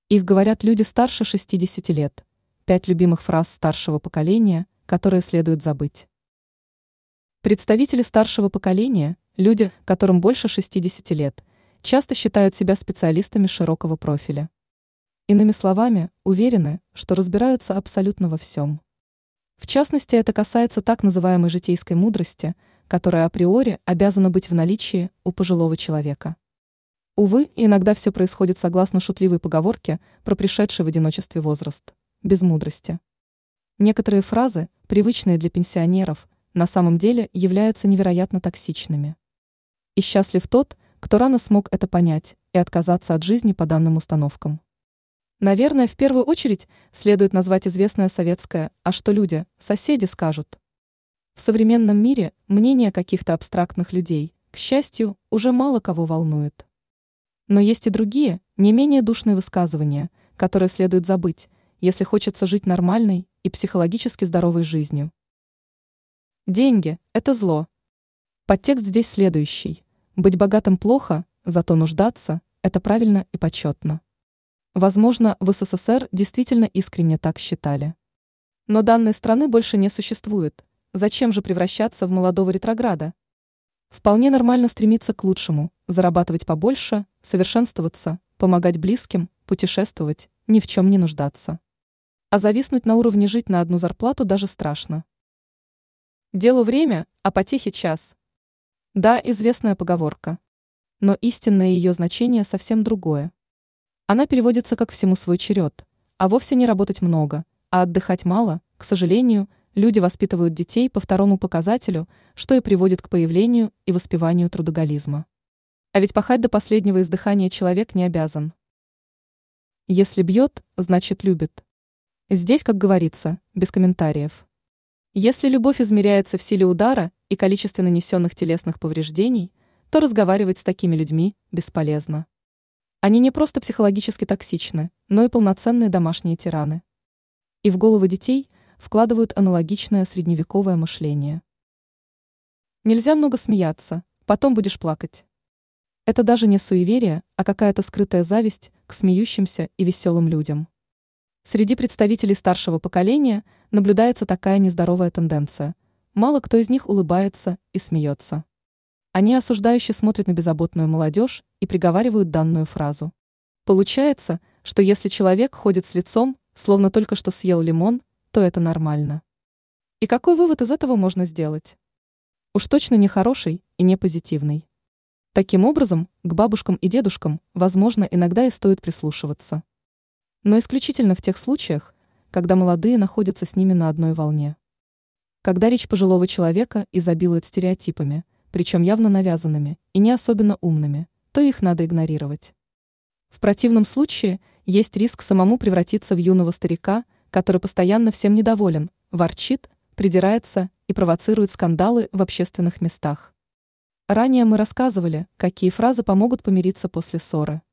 Их говорят люди старше 60 лет. 5 любимых фраз старшего поколения, которые следует забыть. Представители старшего поколения, люди, которым больше 60 лет, часто считают себя специалистами широкого профиля. Иными словами, уверены, что разбираются абсолютно во всем. В частности, это касается так называемой житейской мудрости, которая априори обязана быть в наличии у пожилого человека. Увы, иногда все происходит согласно шутливой поговорке про пришедший в одиночестве возраст, без мудрости. Некоторые фразы, привычные для пенсионеров, на самом деле являются невероятно токсичными. И счастлив тот, кто рано смог это понять и отказаться от жизни по данным установкам. Наверное, в первую очередь следует назвать известное советское «а что люди, соседи скажут?». В современном мире мнение каких-то абстрактных людей, к счастью, уже мало кого волнует. Но есть и другие, не менее душные высказывания, которые следует забыть, если хочется жить нормальной и психологически здоровой жизнью. Деньги – это зло. Подтекст здесь следующий. Быть богатым плохо, зато нуждаться – это правильно и почетно. Возможно, в СССР действительно искренне так считали. Но данной страны больше не существует. Зачем же превращаться в молодого ретрограда? Вполне нормально стремиться к лучшему, зарабатывать побольше, совершенствоваться, помогать близким, путешествовать, ни в чем не нуждаться. А зависнуть на уровне жить на одну зарплату даже страшно. Делу время, а потехе час. Да, известная поговорка. Но истинное ее значение совсем другое. Она переводится как «всему свой черед», а вовсе не работать много, а отдыхать мало. К сожалению, люди воспитывают детей по второму показателю, что и приводит к появлению и воспеванию трудоголизма. А ведь пахать до последнего издыхания человек не обязан. Если бьет, значит любит. Здесь, как говорится, без комментариев. Если любовь измеряется в силе удара и количестве нанесенных телесных повреждений, то разговаривать с такими людьми бесполезно. Они не просто психологически токсичны, но и полноценные домашние тираны. И в головы детей вкладывают аналогичное средневековое мышление. Нельзя много смеяться, потом будешь плакать. Это даже не суеверие, а какая-то скрытая зависть к смеющимся и веселым людям. Среди представителей старшего поколения наблюдается такая нездоровая тенденция. Мало кто из них улыбается и смеется. Они осуждающе смотрят на беззаботную молодежь и приговаривают данную фразу. Получается, что если человек ходит с лицом, словно только что съел лимон, то это нормально. И какой вывод из этого можно сделать? Уж точно не хороший и не позитивный. Таким образом, к бабушкам и дедушкам, возможно, иногда и стоит прислушиваться. Но исключительно в тех случаях, когда молодые находятся с ними на одной волне. Когда речь пожилого человека изобилует стереотипами, причем явно навязанными и не особенно умными, то их надо игнорировать. В противном случае есть риск самому превратиться в юного старика, который постоянно всем недоволен, ворчит, придирается и провоцирует скандалы в общественных местах. Ранее мы рассказывали, какие фразы помогут помириться после ссоры.